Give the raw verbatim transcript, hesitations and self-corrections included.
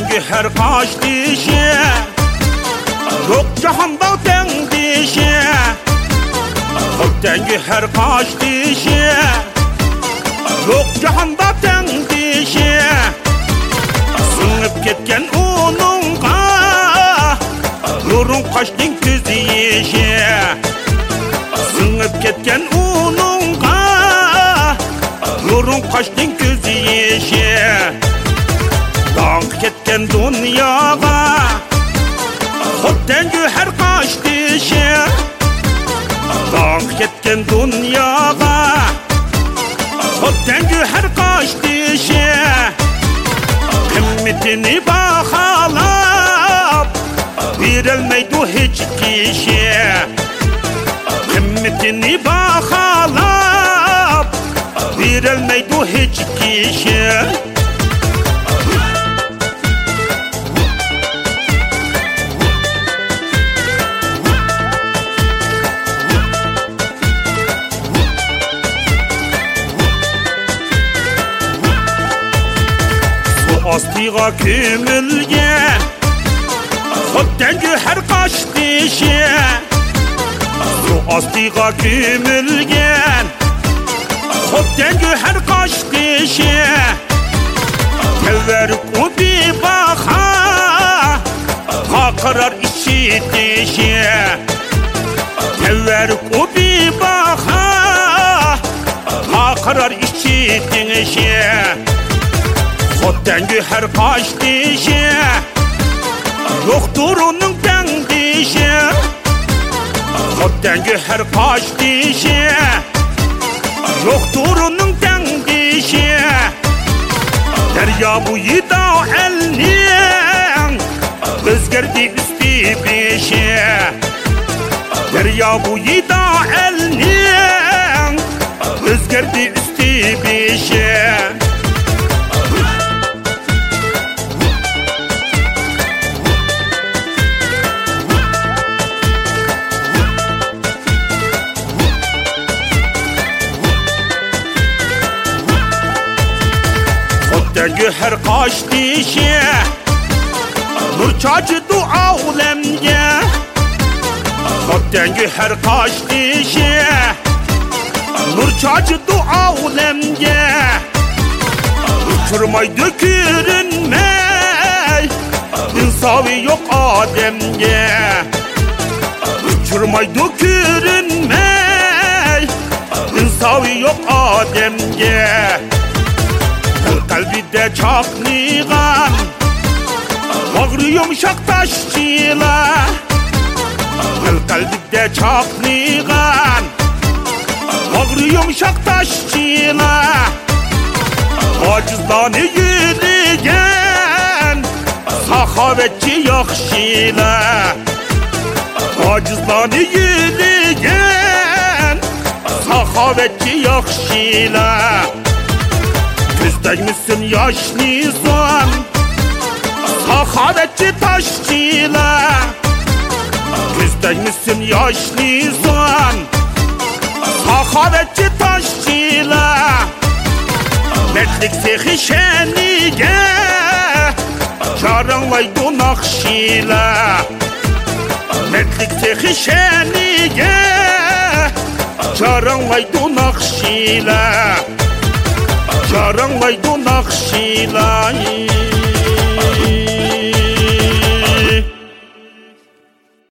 dengi her kaç dişe, yok cihanda den dişe. Hop dengi her kaç dişe, yok cihanda den dişe. Sınıp ketken onunga, nurun kaçtın gözü yeşe. Sınıp ketken onunga, nurun kaçtın gözü yeşe. Dank ketken dünyaga, hop dengi her kaç dişe. Dank ketken dünyaga, hop dengi her kaç dişe. Kıymetini bakalap, verilmeydi hiç kişi. Kıymetini bakalap, verilmeydi hiç kişi. Astiga kömülgen, hop dengi her kaç dişe. Su astiga kömülgen, hop dengi her kaç dişe. Teverrük o bir baka, hakarar içi dişe. Teverrük o bir baka, hakarar içi dişe. Hop dengi her kaç dişe, yoktur onun den dişe. Hop dengi her kaç dişe, yoktur onun den dişe. Derya buyu da elnin, özgerdi üstü beşe. Derya buyu da elnin, özgerdi üstü beşe. Dengi her kaç dişe, nur çacıdı alemge. Hop dengi her kaç dişe, nur çacıdı alemge. Uçurmay dökürünmey, insafı yok ademge. Uçurmay dökürünmey, insafı yok ademge. Kalbide çaknigan, bağrı yumuşak taşçıyla. Kalbide çaknigan, bağrı yumuşak taşçıyla. Acizlanı yürüyen, sahavetçi yakşıyla. Acizlanı yürüyen, sahavetçi yakşıyla. Küzdeymişsin yaş nizam, sahavetçi taşçıyla. Küzdeymişsin yaş nizam, sahavetçi taşçıyla. Mertlik sehi şenige, çaranlaydı nakşıyla. Mertlik sehi şenige, çaranlaydı nakşıyla. Çaranlaydı nakşıyla.